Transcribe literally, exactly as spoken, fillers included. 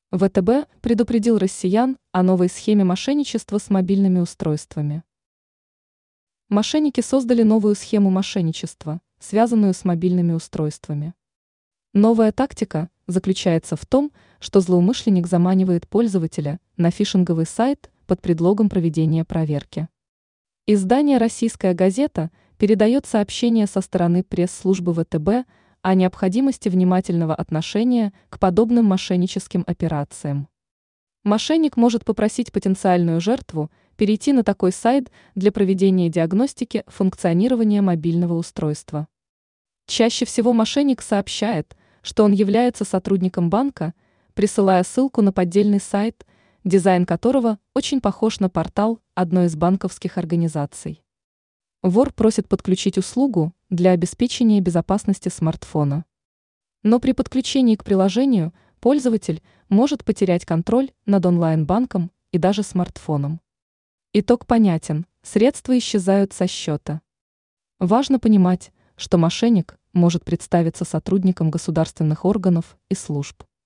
вэ тэ бэ предупредил россиян о новой схеме мошенничества с мобильными устройствами. Мошенники создали новую схему мошенничества, связанную с мобильными устройствами. Новая тактика заключается в том, что злоумышленник заманивает пользователя на фишинговый сайт под предлогом проведения проверки. Издание «Российская газета» передает сообщение со стороны пресс-службы вэ тэ бэ о необходимости внимательного отношения к подобным мошенническим операциям. Мошенник может попросить потенциальную жертву перейти на такой сайт для проведения диагностики функционирования мобильного устройства. Чаще всего мошенник сообщает, что он является сотрудником банка, присылая ссылку на поддельный сайт, дизайн которого очень похож на портал одной из банковских организаций. Вор просит подключить услугу для обеспечения безопасности смартфона. Но при подключении к приложению пользователь может потерять контроль над онлайн-банком и даже смартфоном. Итог понятен: средства исчезают со счета. Важно понимать, что мошенник может представиться сотрудником государственных органов и служб.